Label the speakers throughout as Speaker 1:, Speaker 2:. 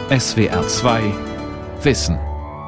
Speaker 1: SWR 2 Wissen.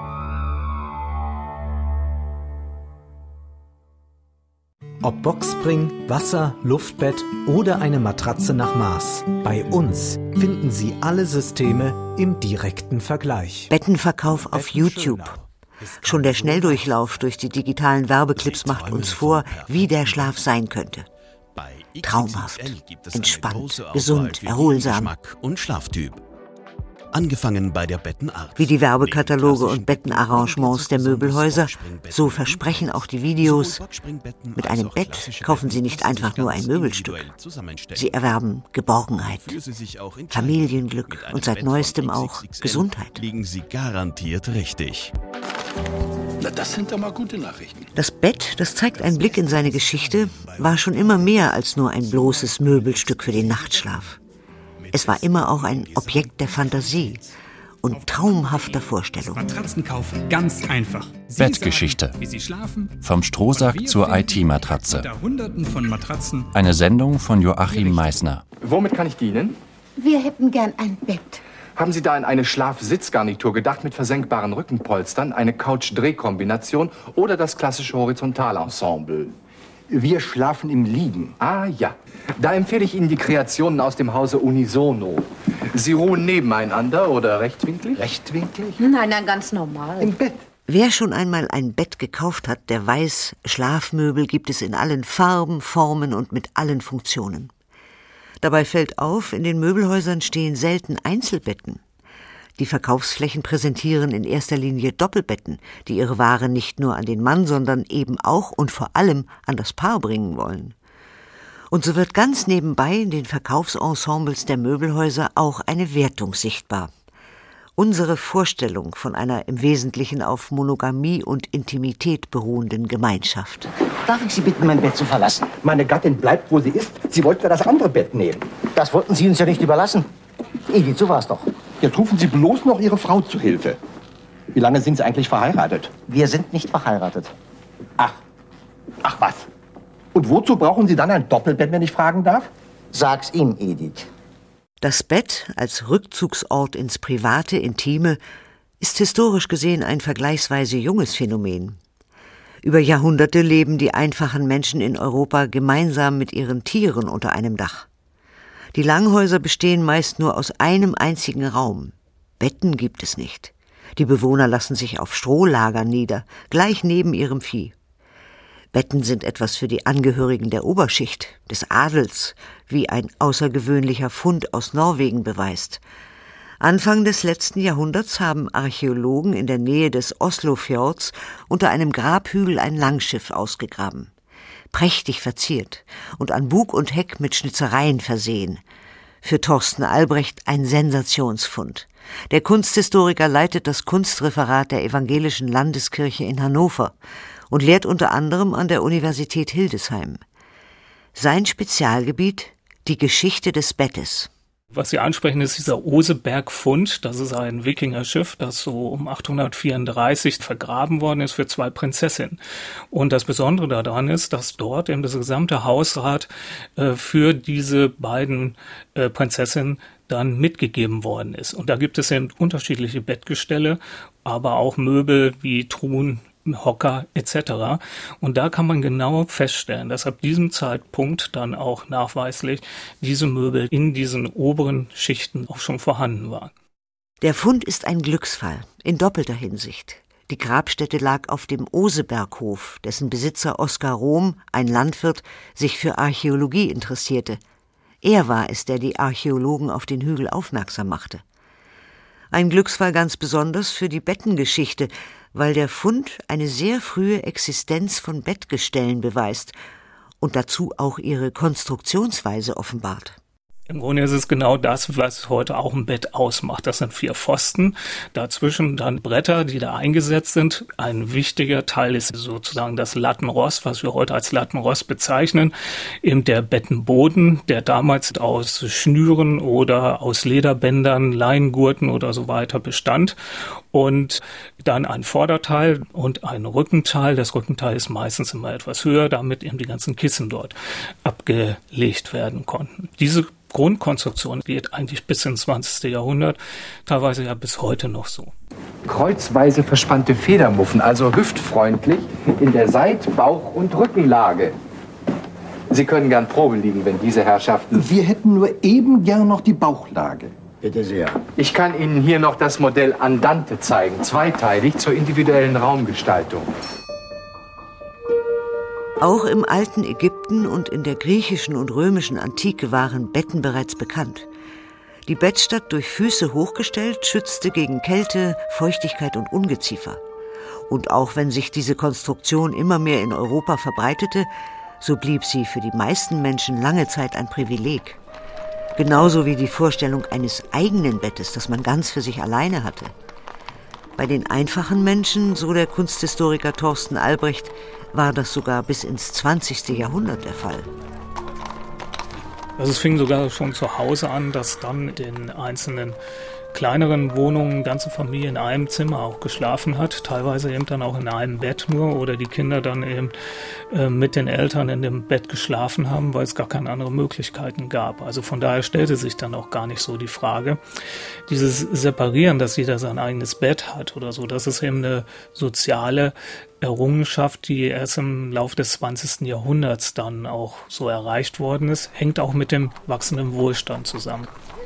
Speaker 2: Ob Boxspring, Wasser, Luftbett oder eine Matratze nach Maß. Bei uns finden Sie alle Systeme im direkten Vergleich.
Speaker 3: Bettenverkauf auf YouTube. Schon der Schnelldurchlauf durch die digitalen Werbeclips macht uns vor, wie der Schlaf sein könnte. Traumhaft, entspannt, gesund, erholsam.
Speaker 4: Und Schlaftyp. Angefangen bei der Bettenart.
Speaker 3: Wie die Werbekataloge und Bettenarrangements der Möbelhäuser, so versprechen auch die Videos. Mit einem Bett kaufen Sie nicht einfach nur ein Möbelstück. Sie erwerben Geborgenheit, Familienglück und seit neuestem auch Gesundheit.
Speaker 4: Liegen Sie garantiert richtig.
Speaker 5: Na, das sind doch mal gute Nachrichten.
Speaker 3: Das Bett, das zeigt einen Blick in seine Geschichte, war schon immer mehr als nur ein bloßes Möbelstück für den Nachtschlaf. Es war immer auch ein Objekt der Fantasie und traumhafter Vorstellung.
Speaker 6: Matratzen kaufen, ganz einfach.
Speaker 1: Bettgeschichte.
Speaker 6: Wie Sie schlafen,
Speaker 1: Vom Strohsack zur IT-Matratze.
Speaker 6: unter Hunderten von Matratzen.
Speaker 1: Eine Sendung von Joachim Meissner.
Speaker 7: Womit kann ich dienen?
Speaker 8: Wir hätten gern ein Bett.
Speaker 7: Haben Sie da an eine Schlafsitzgarnitur gedacht mit versenkbaren Rückenpolstern, eine Couch-Dreh-Kombination oder das klassische Horizontalensemble?
Speaker 9: Wir schlafen im Liegen.
Speaker 7: Ah ja, da empfehle ich Ihnen die Kreationen aus dem Hause Unisono. Sie ruhen nebeneinander oder rechtwinklig?
Speaker 9: Rechtwinklig?
Speaker 8: Nein, ganz normal.
Speaker 9: Im Bett.
Speaker 3: Wer schon einmal ein Bett gekauft hat, der weiß, Schlafmöbel gibt es in allen Farben, Formen und mit allen Funktionen. Dabei fällt auf, in den Möbelhäusern stehen selten Einzelbetten. Die Verkaufsflächen präsentieren in erster Linie Doppelbetten, die ihre Ware nicht nur an den Mann, sondern eben auch und vor allem an das Paar bringen wollen. Und so wird ganz nebenbei in den Verkaufsensembles der Möbelhäuser auch eine Wertung sichtbar. Unsere Vorstellung von einer im Wesentlichen auf Monogamie und Intimität beruhenden Gemeinschaft.
Speaker 10: Darf ich Sie bitten, mein Bett zu verlassen?
Speaker 9: Meine Gattin bleibt, wo sie ist. Sie wollte ja das andere Bett nehmen.
Speaker 10: Das wollten Sie uns ja nicht überlassen. Edith, so war's doch.
Speaker 9: Jetzt rufen Sie bloß noch Ihre Frau zu Hilfe. Wie lange sind Sie eigentlich verheiratet?
Speaker 10: Wir sind nicht verheiratet.
Speaker 9: Ach was. Und wozu brauchen Sie dann ein Doppelbett, wenn ich fragen darf?
Speaker 10: Sag's ihm, Edith.
Speaker 3: Das Bett als Rückzugsort ins private, Intime ist historisch gesehen ein vergleichsweise junges Phänomen. Über Jahrhunderte leben die einfachen Menschen in Europa gemeinsam mit ihren Tieren unter einem Dach. Die Langhäuser bestehen meist nur aus einem einzigen Raum. Betten gibt es nicht. Die Bewohner lassen sich auf Strohlagern nieder, gleich neben ihrem Vieh. Betten sind etwas für die Angehörigen der Oberschicht, des Adels, wie ein außergewöhnlicher Fund aus Norwegen beweist. Anfang des letzten Jahrhunderts haben Archäologen in der Nähe des Oslofjords unter einem Grabhügel ein Langschiff ausgegraben. Prächtig verziert und an Bug und Heck mit Schnitzereien versehen. Für Thorsten Albrecht ein Sensationsfund. Der Kunsthistoriker leitet das Kunstreferat der Evangelischen Landeskirche in Hannover und lehrt unter anderem an der Universität Hildesheim. Sein Spezialgebiet: die Geschichte des Bettes.
Speaker 11: Was Sie ansprechen, ist dieser Oseberg-Fund. Das ist ein Wikingerschiff, das so um 834 vergraben worden ist für 2 Prinzessinnen. Und das Besondere daran ist, dass dort eben das gesamte Hausrat für diese beiden Prinzessinnen dann mitgegeben worden ist. Und da gibt es eben unterschiedliche Bettgestelle, aber auch Möbel wie Truhen, Hocker etc. Und da kann man genau feststellen, dass ab diesem Zeitpunkt dann auch nachweislich diese Möbel in diesen oberen Schichten auch schon vorhanden waren.
Speaker 3: Der Fund ist ein Glücksfall in doppelter Hinsicht. Die Grabstätte lag auf dem Oseberghof, dessen Besitzer Oskar Rohm, ein Landwirt, sich für Archäologie interessierte. Er war es, der die Archäologen auf den Hügel aufmerksam machte. Ein Glücksfall ganz besonders für die Bettengeschichte, weil der Fund eine sehr frühe Existenz von Bettgestellen beweist und dazu auch ihre Konstruktionsweise offenbart.
Speaker 11: Im Grunde ist es genau das, was heute auch ein Bett ausmacht. Das sind 4 Pfosten, dazwischen dann Bretter, die da eingesetzt sind. Ein wichtiger Teil ist sozusagen das Lattenrost, was wir heute als Lattenrost bezeichnen. Eben der Bettenboden, der damals aus Schnüren oder aus Lederbändern, Leingurten oder so weiter bestand. Und dann ein Vorderteil und ein Rückenteil. Das Rückenteil ist meistens immer etwas höher, damit eben die ganzen Kissen dort abgelegt werden konnten. Diese Grundkonstruktion geht eigentlich bis ins 20. Jahrhundert, teilweise ja bis heute noch so.
Speaker 7: Kreuzweise verspannte Federmuffen, also hüftfreundlich, in der Seit-, Bauch- und Rückenlage. Sie können gern Probe liegen, wenn diese Herrschaften...
Speaker 9: Wir hätten nur eben gern noch die Bauchlage.
Speaker 10: Bitte sehr.
Speaker 7: Ich kann Ihnen hier noch das Modell Andante zeigen, zweiteilig zur individuellen Raumgestaltung.
Speaker 3: Auch im alten Ägypten und in der griechischen und römischen Antike waren Betten bereits bekannt. Die Bettstatt, durch Füße hochgestellt, schützte gegen Kälte, Feuchtigkeit und Ungeziefer. Und auch wenn sich diese Konstruktion immer mehr in Europa verbreitete, so blieb sie für die meisten Menschen lange Zeit ein Privileg. Genauso wie die Vorstellung eines eigenen Bettes, das man ganz für sich alleine hatte. Bei den einfachen Menschen, so der Kunsthistoriker Thorsten Albrecht, war das sogar bis ins 20. Jahrhundert der Fall.
Speaker 11: Also es fing sogar schon zu Hause an, dass dann in den einzelnen kleineren Wohnungen ganze Familie in einem Zimmer auch geschlafen hat, teilweise eben dann auch in einem Bett nur oder die Kinder dann eben mit den Eltern in dem Bett geschlafen haben, weil es gar keine anderen Möglichkeiten gab. Also von daher stellte sich dann auch gar nicht so die Frage. Dieses Separieren, dass jeder sein eigenes Bett hat oder so, das ist eben eine soziale Errungenschaft, die erst im Laufe des 20. Jahrhunderts dann auch so erreicht worden ist, hängt auch mit dem wachsenden Wohlstand zusammen.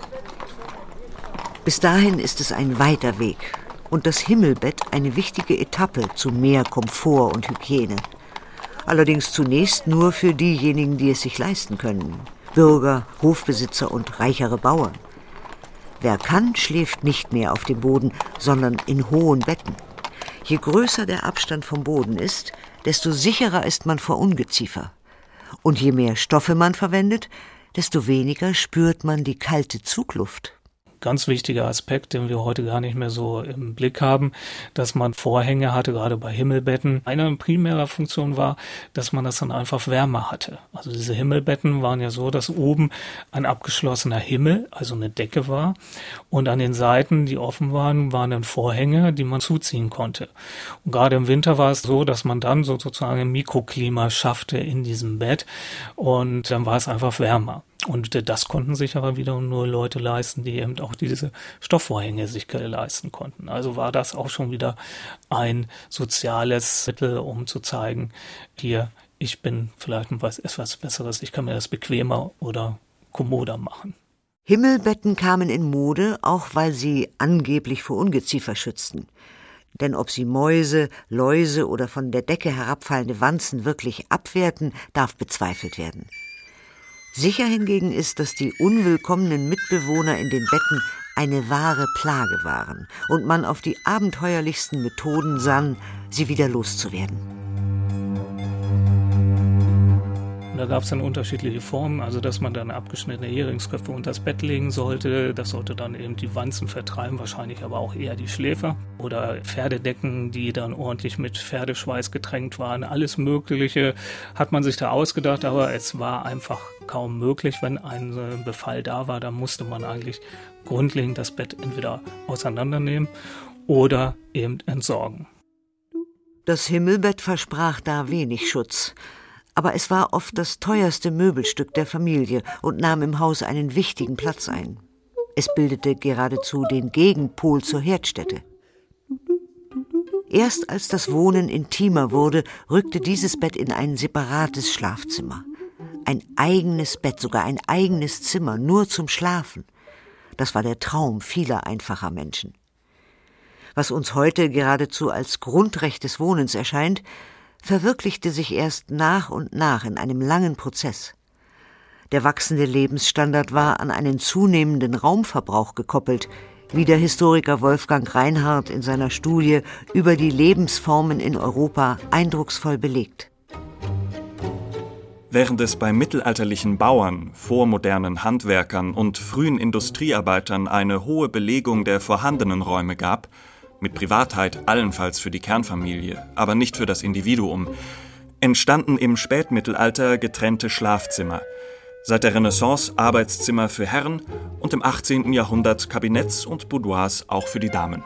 Speaker 3: Bis dahin ist es ein weiter Weg und das Himmelbett eine wichtige Etappe zu mehr Komfort und Hygiene. Allerdings zunächst nur für diejenigen, die es sich leisten können. Bürger, Hofbesitzer und reichere Bauern. Wer kann, schläft nicht mehr auf dem Boden, sondern in hohen Betten. Je größer der Abstand vom Boden ist, desto sicherer ist man vor Ungeziefer. Und je mehr Stoffe man verwendet, desto weniger spürt man die kalte Zugluft.
Speaker 11: Ganz wichtiger Aspekt, den wir heute gar nicht mehr so im Blick haben, dass man Vorhänge hatte, gerade bei Himmelbetten. Eine primäre Funktion war, dass man das dann einfach wärmer hatte. Also diese Himmelbetten waren ja so, dass oben ein abgeschlossener Himmel, also eine Decke war, und an den Seiten, die offen waren, waren dann Vorhänge, die man zuziehen konnte. Und gerade im Winter war es so, dass man dann sozusagen ein Mikroklima schaffte in diesem Bett und dann war es einfach wärmer. Und das konnten sich aber wiederum nur Leute leisten, die eben auch diese Stoffvorhänge sich leisten konnten. Also war das auch schon wieder ein soziales Mittel, um zu zeigen, hier, ich bin vielleicht etwas Besseres, ich kann mir das bequemer oder kommoder machen.
Speaker 3: Himmelbetten kamen in Mode, auch weil sie angeblich vor Ungeziefer schützten. Denn ob sie Mäuse, Läuse oder von der Decke herabfallende Wanzen wirklich abwehrten, darf bezweifelt werden. Sicher hingegen ist, dass die unwillkommenen Mitbewohner in den Betten eine wahre Plage waren und man auf die abenteuerlichsten Methoden sann, sie wieder loszuwerden.
Speaker 11: Da gab es dann unterschiedliche Formen, also dass man dann abgeschnittene Heringsköpfe unter das Bett legen sollte. Das sollte dann eben die Wanzen vertreiben, wahrscheinlich aber auch eher die Schläfer. Oder Pferdedecken, die dann ordentlich mit Pferdeschweiß getränkt waren. Alles Mögliche hat man sich da ausgedacht, aber es war einfach kaum möglich. Wenn ein Befall da war, dann musste man eigentlich grundlegend das Bett entweder auseinandernehmen oder eben entsorgen.
Speaker 3: Das Himmelbett versprach da wenig Schutz. Aber es war oft das teuerste Möbelstück der Familie und nahm im Haus einen wichtigen Platz ein. Es bildete geradezu den Gegenpol zur Herdstätte. Erst als das Wohnen intimer wurde, rückte dieses Bett in ein separates Schlafzimmer. Ein eigenes Bett, sogar ein eigenes Zimmer, nur zum Schlafen. Das war der Traum vieler einfacher Menschen. Was uns heute geradezu als Grundrecht des Wohnens erscheint, verwirklichte sich erst nach und nach in einem langen Prozess. Der wachsende Lebensstandard war an einen zunehmenden Raumverbrauch gekoppelt, wie der Historiker Wolfgang Reinhardt in seiner Studie über die Lebensformen in Europa eindrucksvoll belegt.
Speaker 12: Während es bei mittelalterlichen Bauern, vormodernen Handwerkern und frühen Industriearbeitern eine hohe Belegung der vorhandenen Räume gab, mit Privatheit allenfalls für die Kernfamilie, aber nicht für das Individuum, entstanden im Spätmittelalter getrennte Schlafzimmer, seit der Renaissance Arbeitszimmer für Herren und im 18. Jahrhundert Kabinetts und Boudoirs auch für die Damen.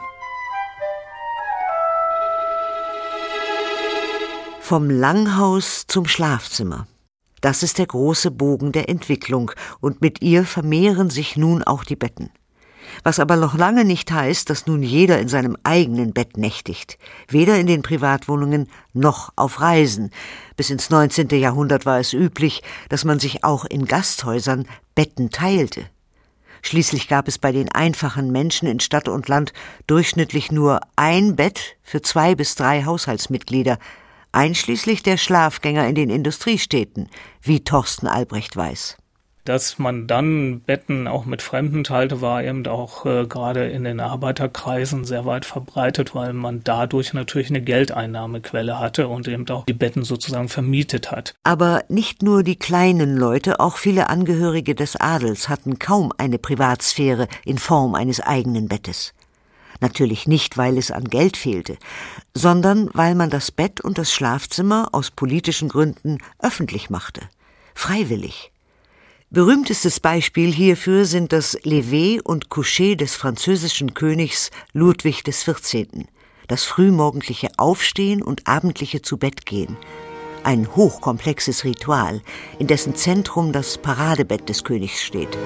Speaker 3: Vom Langhaus zum Schlafzimmer. Das ist der große Bogen der Entwicklung, und mit ihr vermehren sich nun auch die Betten. Was aber noch lange nicht heißt, dass nun jeder in seinem eigenen Bett nächtigt, weder in den Privatwohnungen noch auf Reisen. Bis ins 19. Jahrhundert war es üblich, dass man sich auch in Gasthäusern Betten teilte. Schließlich gab es bei den einfachen Menschen in Stadt und Land durchschnittlich nur ein Bett für 2 bis 3 Haushaltsmitglieder, einschließlich der Schlafgänger in den Industriestädten, wie Thorsten Albrecht weiß.
Speaker 11: Dass man dann Betten auch mit Fremden teilte, war eben auch gerade in den Arbeiterkreisen sehr weit verbreitet, weil man dadurch natürlich eine Geldeinnahmequelle hatte und eben auch die Betten sozusagen vermietet hat.
Speaker 3: Aber nicht nur die kleinen Leute, auch viele Angehörige des Adels hatten kaum eine Privatsphäre in Form eines eigenen Bettes. Natürlich nicht, weil es an Geld fehlte, sondern weil man das Bett und das Schlafzimmer aus politischen Gründen öffentlich machte, freiwillig. Berühmtestes Beispiel hierfür sind das Lever und Coucher des französischen Königs Ludwig XIV., das frühmorgendliche Aufstehen und abendliche Zubettgehen. Ein hochkomplexes Ritual, in dessen Zentrum das Paradebett des Königs steht.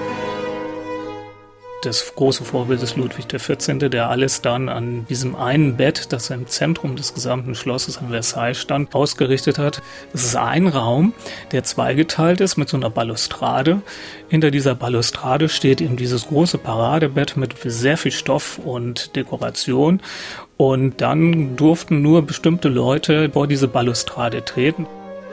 Speaker 11: Das große Vorbild ist Ludwig XIV., der alles dann an diesem einen Bett, das im Zentrum des gesamten Schlosses in Versailles stand, ausgerichtet hat. Es ist ein Raum, der zweigeteilt ist mit so einer Balustrade. Hinter dieser Balustrade steht eben dieses große Paradebett mit sehr viel Stoff und Dekoration. Und dann durften nur bestimmte Leute vor diese Balustrade treten.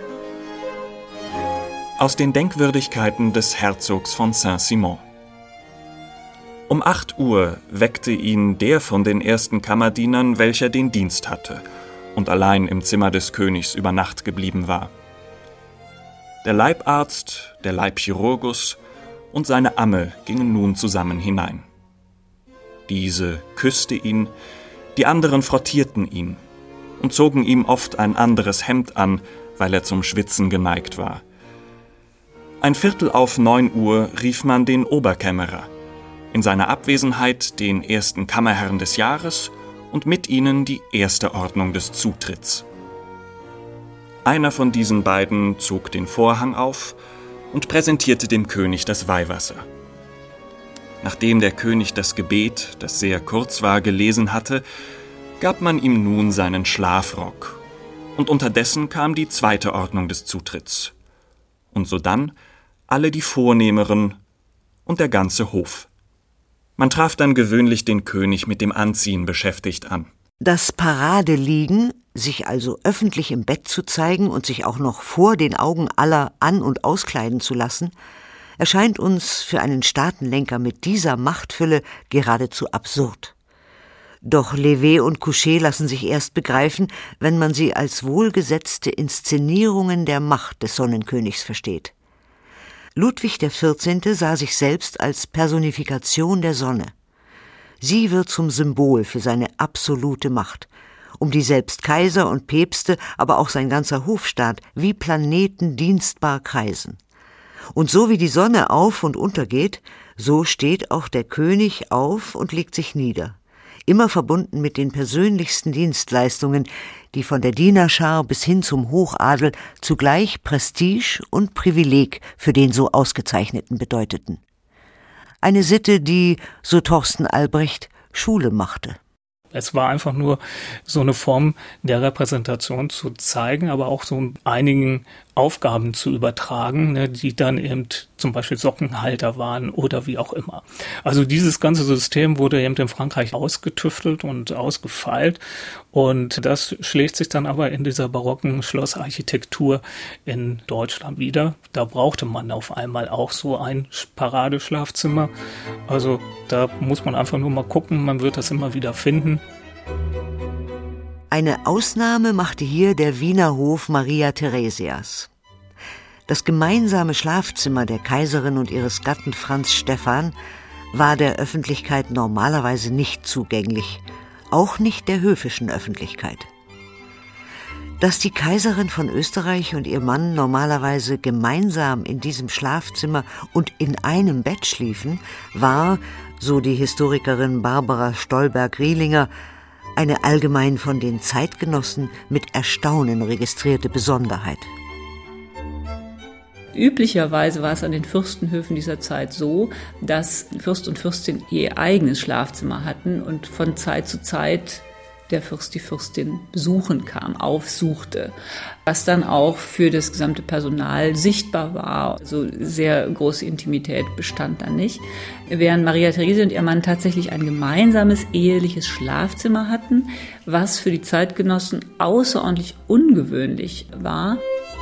Speaker 12: Aus den Denkwürdigkeiten des Herzogs von Saint-Simon. Um 8 Uhr weckte ihn der von den ersten Kammerdienern, welcher den Dienst hatte und allein im Zimmer des Königs über Nacht geblieben war. Der Leibarzt, der Leibchirurgus und seine Amme gingen nun zusammen hinein. Diese küsste ihn, die anderen frottierten ihn und zogen ihm oft ein anderes Hemd an, weil er zum Schwitzen geneigt war. 8:45 Uhr rief man den Oberkämmerer, in seiner Abwesenheit den ersten Kammerherrn des Jahres und mit ihnen die erste Ordnung des Zutritts. Einer von diesen beiden zog den Vorhang auf und präsentierte dem König das Weihwasser. Nachdem der König das Gebet, das sehr kurz war, gelesen hatte, gab man ihm nun seinen Schlafrock, und unterdessen kam die zweite Ordnung des Zutritts. Und sodann alle die Vornehmeren und der ganze Hof. Man traf dann gewöhnlich den König mit dem Anziehen beschäftigt an.
Speaker 3: Das Paradeliegen, sich also öffentlich im Bett zu zeigen und sich auch noch vor den Augen aller an- und auskleiden zu lassen, erscheint uns für einen Staatenlenker mit dieser Machtfülle geradezu absurd. Doch Lever und Coucher lassen sich erst begreifen, wenn man sie als wohlgesetzte Inszenierungen der Macht des Sonnenkönigs versteht. Ludwig XIV. Sah sich selbst als Personifikation der Sonne. Sie wird zum Symbol für seine absolute Macht, um die selbst Kaiser und Päpste, aber auch sein ganzer Hofstaat wie Planeten dienstbar kreisen. Und so wie die Sonne auf und untergeht, so steht auch der König auf und legt sich nieder, immer verbunden mit den persönlichsten Dienstleistungen, die von der Dienerschar bis hin zum Hochadel zugleich Prestige und Privileg für den so Ausgezeichneten bedeuteten. Eine Sitte, die, so Thorsten Albrecht, Schule machte.
Speaker 11: Es war einfach nur so eine Form der Repräsentation zu zeigen, aber auch so einigen Aufgaben zu übertragen, ne, die dann eben zum Beispiel Sockenhalter waren oder wie auch immer. Also dieses ganze System wurde eben in Frankreich ausgetüftelt und ausgefeilt, und das schlägt sich dann aber in dieser barocken Schlossarchitektur in Deutschland wieder. Da brauchte man auf einmal auch so ein Paradeschlafzimmer. Also da muss man einfach nur mal gucken, man wird das immer wieder finden.
Speaker 3: Eine Ausnahme machte hier der Wiener Hof Maria Theresias. Das gemeinsame Schlafzimmer der Kaiserin und ihres Gatten Franz Stephan war der Öffentlichkeit normalerweise nicht zugänglich, auch nicht der höfischen Öffentlichkeit. Dass die Kaiserin von Österreich und ihr Mann normalerweise gemeinsam in diesem Schlafzimmer und in einem Bett schliefen, war, so die Historikerin Barbara Stolberg-Rielinger, eine allgemein von den Zeitgenossen mit Erstaunen registrierte Besonderheit.
Speaker 13: Üblicherweise war es an den Fürstenhöfen dieser Zeit so, dass Fürst und Fürstin ihr eigenes Schlafzimmer hatten und von Zeit zu Zeit der Fürst die Fürstin besuchen kam, aufsuchte, was dann auch für das gesamte Personal sichtbar war. Also sehr große Intimität bestand da nicht. Während Maria Theresia und ihr Mann tatsächlich ein gemeinsames eheliches Schlafzimmer hatten, was für die Zeitgenossen außerordentlich ungewöhnlich war.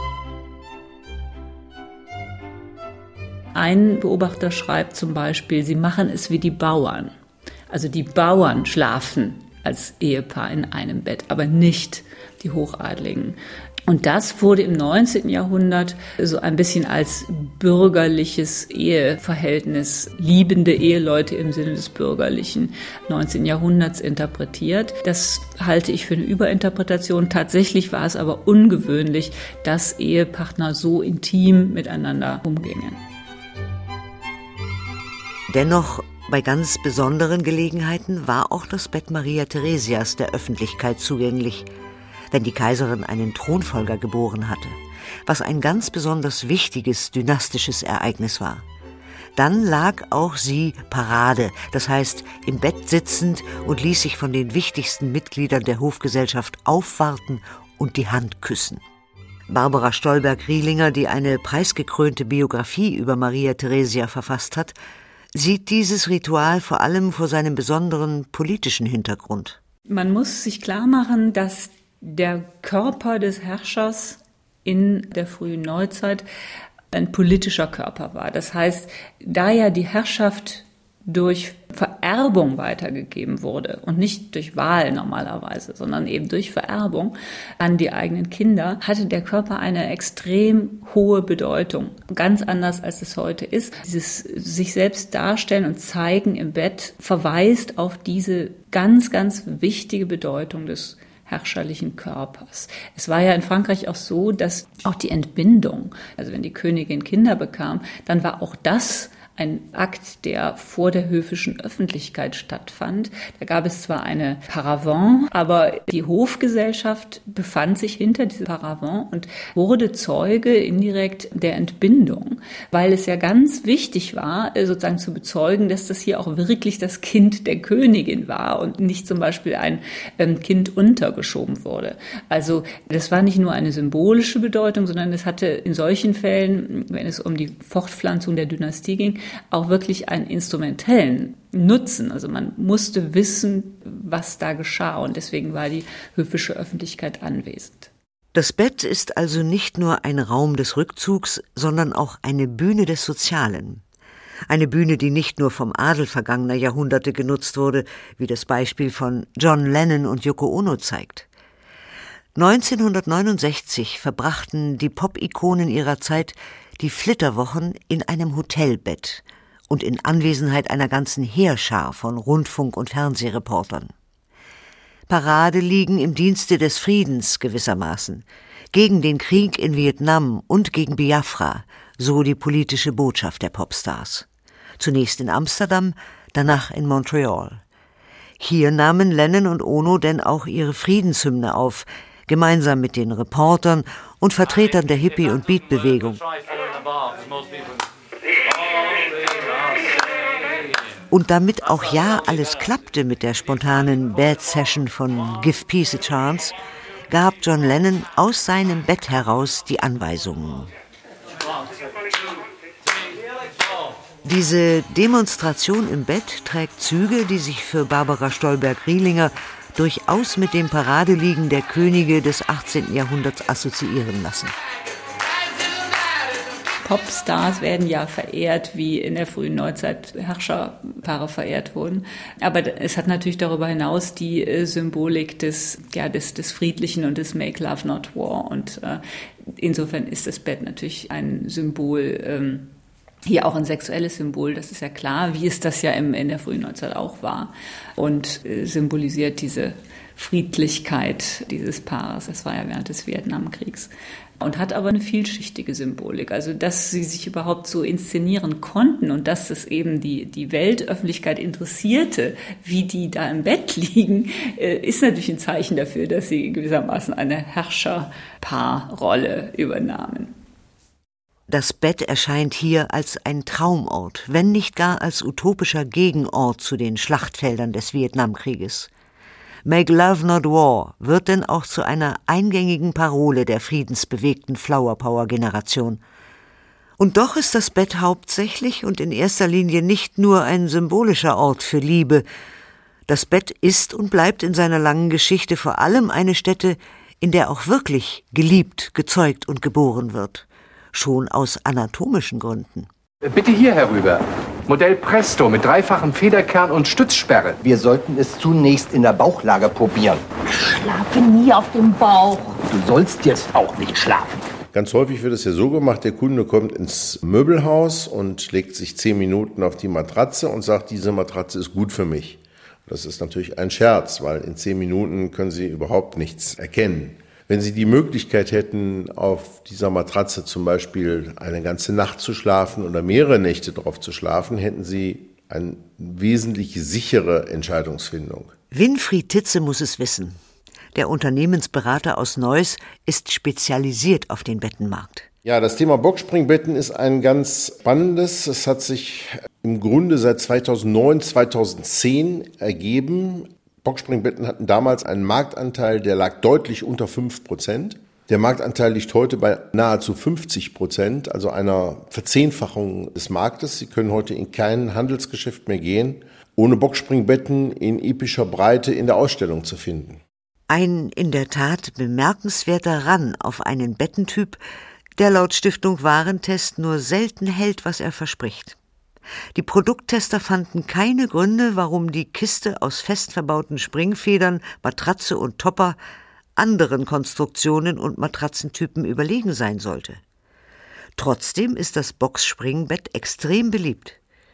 Speaker 13: Ein Beobachter schreibt zum Beispiel, sie machen es wie die Bauern. Also die Bauern schlafen als Ehepaar in einem Bett, aber nicht die Hochadligen. Und das wurde im 19. Jahrhundert so ein bisschen als bürgerliches Eheverhältnis, liebende Eheleute im Sinne des bürgerlichen 19. Jahrhunderts interpretiert. Das halte ich für eine Überinterpretation. Tatsächlich war es aber ungewöhnlich, dass Ehepartner so intim miteinander umgingen.
Speaker 3: Dennoch, bei ganz besonderen Gelegenheiten war auch das Bett Maria Theresias der Öffentlichkeit zugänglich, wenn die Kaiserin einen Thronfolger geboren hatte, was ein ganz besonders wichtiges dynastisches Ereignis war. Dann lag auch sie Parade, das heißt im Bett sitzend, und ließ sich von den wichtigsten Mitgliedern der Hofgesellschaft aufwarten und die Hand küssen. Barbara Stolberg-Rielinger, die eine preisgekrönte Biografie über Maria Theresia verfasst hat, sieht dieses Ritual vor allem vor seinem besonderen politischen Hintergrund.
Speaker 13: Man muss sich klar machen, dass der Körper des Herrschers in der frühen Neuzeit ein politischer Körper war. Das heißt, da ja die Herrschaft durch Vererbung weitergegeben wurde und nicht durch Wahl normalerweise, sondern eben durch Vererbung an die eigenen Kinder, hatte der Körper eine extrem hohe Bedeutung. Ganz anders, als es heute ist. Dieses sich selbst darstellen und zeigen im Bett verweist auf diese ganz, ganz wichtige Bedeutung des herrscherlichen Körpers. Es war ja in Frankreich auch so, dass auch die Entbindung, also wenn die Königin Kinder bekam, dann war auch das ein Akt, der vor der höfischen Öffentlichkeit stattfand. Da gab es zwar eine Paravent, aber die Hofgesellschaft befand sich hinter diesem Paravent und wurde Zeuge indirekt der Entbindung, weil es ja ganz wichtig war, sozusagen zu bezeugen, dass das hier auch wirklich das Kind der Königin war und nicht zum Beispiel ein Kind untergeschoben wurde. Also das war nicht nur eine symbolische Bedeutung, sondern es hatte in solchen Fällen, wenn es um die Fortpflanzung der Dynastie ging, auch wirklich einen instrumentellen Nutzen. Also man musste wissen, was da geschah, und deswegen war die höfische Öffentlichkeit anwesend.
Speaker 3: Das Bett ist also nicht nur ein Raum des Rückzugs, sondern auch eine Bühne des Sozialen. Eine Bühne, die nicht nur vom Adel vergangener Jahrhunderte genutzt wurde, wie das Beispiel von John Lennon und Yoko Ono zeigt. 1969 verbrachten die Pop-Ikonen ihrer Zeit die Flitterwochen in einem Hotelbett und in Anwesenheit einer ganzen Heerschar von Rundfunk- und Fernsehreportern. Parade liegen im Dienste des Friedens gewissermaßen, gegen den Krieg in Vietnam und gegen Biafra, so die politische Botschaft der Popstars. Zunächst in Amsterdam, danach in Montreal. Hier nahmen Lennon und Ono denn auch ihre Friedenshymne auf, gemeinsam mit den Reportern und Vertretern der Hippie- und Beat-Bewegung. Und damit auch ja alles klappte mit der spontanen Bad Session von Give Peace a Chance, gab John Lennon aus seinem Bett heraus die Anweisungen. Diese Demonstration im Bett trägt Züge, die sich für Barbara Stolberg-Rielinger durchaus mit dem Paradeliegen der Könige des 18. Jahrhunderts assoziieren lassen.
Speaker 13: Popstars werden ja verehrt, wie in der frühen Neuzeit Herrscherpaare verehrt wurden. Aber es hat natürlich darüber hinaus die Symbolik des Friedlichen und des Make Love Not War. Und insofern ist das Bett natürlich ein Symbol, hier auch ein sexuelles Symbol, das ist ja klar, wie es das ja in der frühen Neuzeit auch war. Und symbolisiert diese Friedlichkeit dieses Paares. Das war ja während des Vietnamkriegs. Und hat aber eine vielschichtige Symbolik. Also, dass sie sich überhaupt so inszenieren konnten und dass es eben die Weltöffentlichkeit interessierte, wie die da im Bett liegen, ist natürlich ein Zeichen dafür, dass sie gewissermaßen eine Herrscherpaarrolle übernahmen.
Speaker 3: Das Bett erscheint hier als ein Traumort, wenn nicht gar als utopischer Gegenort zu den Schlachtfeldern des Vietnamkrieges. Make Love Not War wird denn auch zu einer eingängigen Parole der friedensbewegten Flower-Power-Generation. Und doch ist das Bett hauptsächlich und in erster Linie nicht nur ein symbolischer Ort für Liebe. Das Bett ist und bleibt in seiner langen Geschichte vor allem eine Stätte, in der auch wirklich geliebt, gezeugt und geboren wird. Schon aus anatomischen Gründen.
Speaker 7: Bitte hier herüber. Modell Presto mit dreifachem Federkern und Stützsperre.
Speaker 9: Wir sollten es zunächst in der Bauchlage probieren.
Speaker 8: Ich schlafe nie auf dem Bauch.
Speaker 9: Du sollst jetzt auch nicht schlafen.
Speaker 14: Ganz häufig wird es ja so gemacht, der Kunde kommt ins Möbelhaus und legt sich 10 Minuten auf die Matratze und sagt, diese Matratze ist gut für mich. Das ist natürlich ein Scherz, weil in 10 Minuten können Sie überhaupt nichts erkennen. Wenn Sie die Möglichkeit hätten, auf dieser Matratze zum Beispiel eine ganze Nacht zu schlafen oder mehrere Nächte drauf zu schlafen, hätten Sie eine wesentlich sichere Entscheidungsfindung.
Speaker 3: Winfried Titze muss es wissen. Der Unternehmensberater aus Neuss ist spezialisiert auf den Bettenmarkt.
Speaker 14: Ja, das Thema Boxspringbetten ist ein ganz spannendes. Es hat sich im Grunde seit 2009, 2010 ergeben. Boxspringbetten hatten damals einen Marktanteil, der lag deutlich unter 5%. Der Marktanteil liegt heute bei nahezu 50%, also einer Verzehnfachung des Marktes. Sie können heute in kein Handelsgeschäft mehr gehen, ohne Boxspringbetten in epischer Breite in der Ausstellung zu finden.
Speaker 3: Ein in der Tat bemerkenswerter Run auf einen Bettentyp, der laut Stiftung Warentest nur selten hält, was er verspricht. Die Produkttester fanden keine Gründe, warum die Kiste aus fest verbauten Springfedern, Matratze und Topper anderen Konstruktionen und Matratzentypen überlegen sein sollte. Trotzdem ist das Boxspringbett extrem beliebt.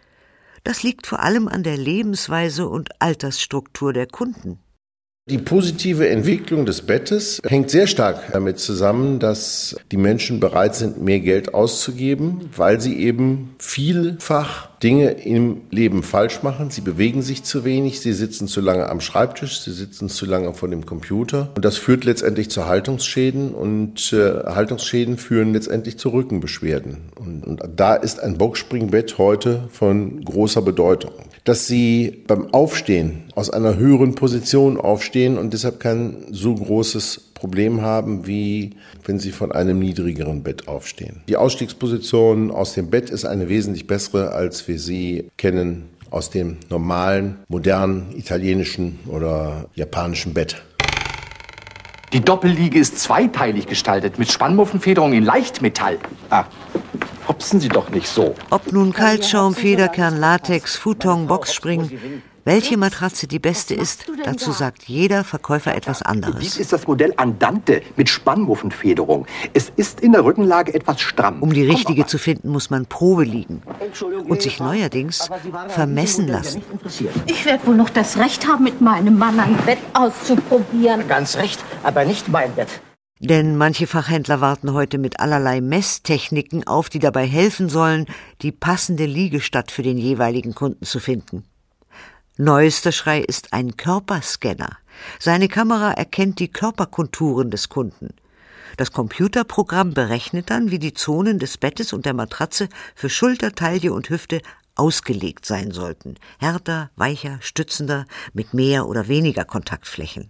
Speaker 3: Das liegt vor allem an der Lebensweise und Altersstruktur der Kunden.
Speaker 14: Die positive Entwicklung des Bettes hängt sehr stark damit zusammen, dass die Menschen bereit sind, mehr Geld auszugeben, weil sie eben vielfach Dinge im Leben falsch machen. Sie bewegen sich zu wenig, sie sitzen zu lange am Schreibtisch, sie sitzen zu lange vor dem Computer. Und das führt letztendlich zu Haltungsschäden und Haltungsschäden führen letztendlich zu Rückenbeschwerden. Und da ist ein Boxspringbett heute von großer Bedeutung. Dass sie beim Aufstehen aus einer höheren Position aufstehen und deshalb kein so großes Problem haben, wie wenn sie von einem niedrigeren Bett aufstehen. Die Ausstiegsposition aus dem Bett ist eine wesentlich bessere, als wir sie kennen aus dem normalen, modernen, italienischen oder japanischen Bett.
Speaker 7: Die Doppelliege ist zweiteilig gestaltet mit Spannmuffenfederung in Leichtmetall.
Speaker 9: Hopsen Sie doch nicht so.
Speaker 3: Ob nun Kaltschaum, Federkern, Latex, Futon, Boxspring, welche Matratze die beste ist, dazu sagt jeder Verkäufer etwas anderes.
Speaker 9: Dies ist das Modell Andante mit Spannmuffenfederung. Es ist in der Rückenlage etwas stramm.
Speaker 3: Um die richtige zu finden, muss man Probe liegen und sich neuerdings vermessen lassen.
Speaker 8: Ich werde wohl noch das Recht haben, mit meinem Mann ein Bett auszuprobieren.
Speaker 10: Ganz recht, aber nicht mein Bett.
Speaker 3: Denn manche Fachhändler warten heute mit allerlei Messtechniken auf, die dabei helfen sollen, die passende Liegestatt für den jeweiligen Kunden zu finden. Neuester Schrei ist ein Körperscanner. Seine Kamera erkennt die Körperkonturen des Kunden. Das Computerprogramm berechnet dann, wie die Zonen des Bettes und der Matratze für Schulter, Taille und Hüfte ausgelegt sein sollten. Härter, weicher, stützender, mit mehr oder weniger Kontaktflächen.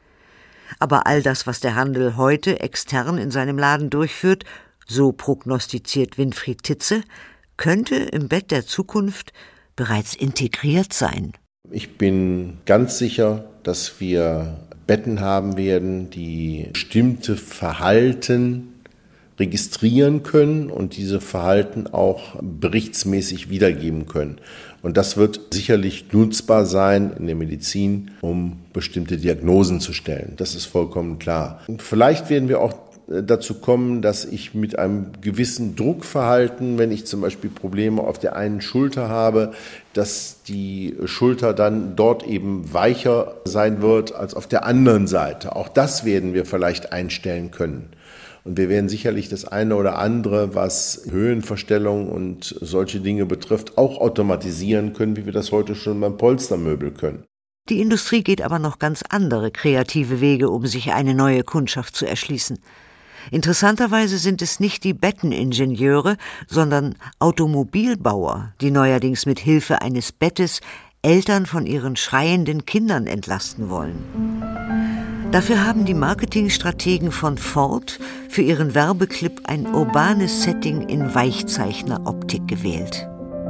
Speaker 3: Aber all das, was der Handel heute extern in seinem Laden durchführt, so prognostiziert Winfried Titze, könnte im Bett der Zukunft bereits integriert sein.
Speaker 14: Ich bin ganz sicher, dass wir Betten haben werden, die bestimmte Verhalten registrieren können und diese Verhalten auch berichtsmäßig wiedergeben können. Und das wird sicherlich nutzbar sein in der Medizin, um bestimmte Diagnosen zu stellen. Das ist vollkommen klar. Und vielleicht werden wir auch dazu kommen, dass ich mit einem gewissen Druckverhalten, wenn ich zum Beispiel Probleme auf der einen Schulter habe, dass die Schulter dann dort eben weicher sein wird als auf der anderen Seite. Auch das werden wir vielleicht einstellen können. Und wir werden sicherlich das eine oder andere, was Höhenverstellung und solche Dinge betrifft, auch automatisieren können, wie wir das heute schon beim Polstermöbel können.
Speaker 3: Die Industrie geht aber noch ganz andere kreative Wege, um sich eine neue Kundschaft zu erschließen. Interessanterweise sind es nicht die Betteningenieure, sondern Automobilbauer, die neuerdings mit Hilfe eines Bettes Eltern von ihren schreienden Kindern entlasten wollen. Dafür haben die Marketingstrategen von Ford für ihren Werbeclip ein urbanes Setting in Weichzeichneroptik gewählt.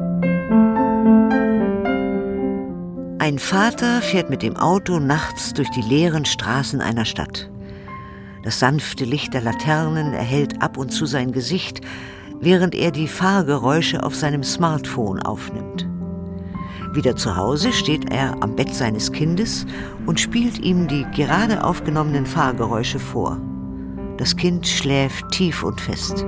Speaker 3: Ein Vater fährt mit dem Auto nachts durch die leeren Straßen einer Stadt. Das sanfte Licht der Laternen erhellt ab und zu sein Gesicht, während er die Fahrgeräusche auf seinem Smartphone aufnimmt. Wieder zu Hause steht er am Bett seines Kindes und spielt ihm die gerade aufgenommenen Fahrgeräusche vor. Das Kind schläft tief und fest.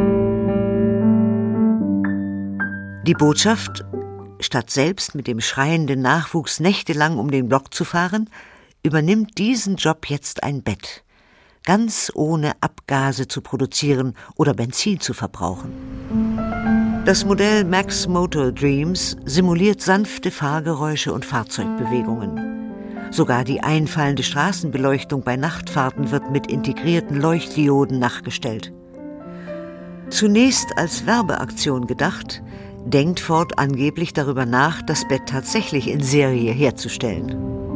Speaker 3: Die Botschaft: Statt selbst mit dem schreienden Nachwuchs nächtelang um den Block zu fahren, übernimmt diesen Job jetzt ein Bett, ganz ohne Abgase zu produzieren oder Benzin zu verbrauchen. Das Modell Max Motor Dreams simuliert sanfte Fahrgeräusche und Fahrzeugbewegungen. Sogar die einfallende Straßenbeleuchtung bei Nachtfahrten wird mit integrierten Leuchtdioden nachgestellt. Zunächst als Werbeaktion gedacht, denkt Ford angeblich darüber nach, das Bett tatsächlich in Serie herzustellen.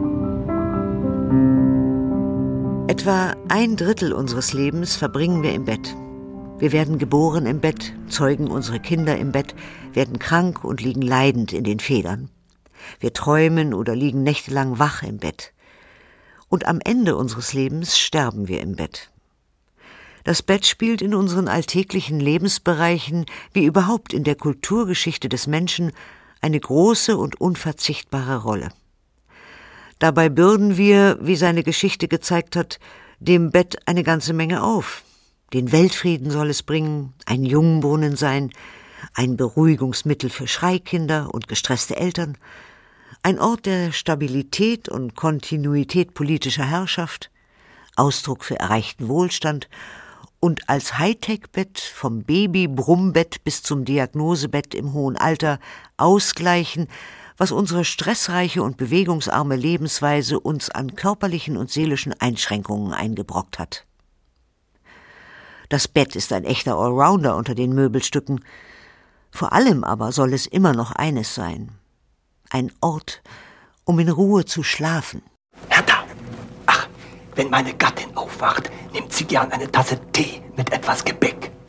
Speaker 3: Etwa 1/3 unseres Lebens verbringen wir im Bett. Wir werden geboren im Bett, zeugen unsere Kinder im Bett, werden krank und liegen leidend in den Federn. Wir träumen oder liegen nächtelang wach im Bett. Und am Ende unseres Lebens sterben wir im Bett. Das Bett spielt in unseren alltäglichen Lebensbereichen, wie überhaupt in der Kulturgeschichte des Menschen, eine große und unverzichtbare Rolle. Dabei bürden wir, wie seine Geschichte gezeigt hat, dem Bett eine ganze Menge auf. Den Weltfrieden soll es bringen, ein Jungbrunnen sein, ein Beruhigungsmittel für Schreikinder und gestresste Eltern, ein Ort der Stabilität und Kontinuität politischer Herrschaft, Ausdruck für erreichten Wohlstand und als Hightech-Bett vom Baby-Brummbett bis zum Diagnosebett im hohen Alter ausgleichen, was unsere stressreiche und bewegungsarme Lebensweise uns an körperlichen und seelischen Einschränkungen eingebrockt hat. Das Bett ist ein echter Allrounder unter den Möbelstücken. Vor allem aber soll es immer noch eines sein: ein Ort, um in Ruhe zu schlafen.
Speaker 9: Hertha! Ach, wenn meine Gattin aufwacht, nimmt sie gern eine Tasse Tee mit etwas Gebäck.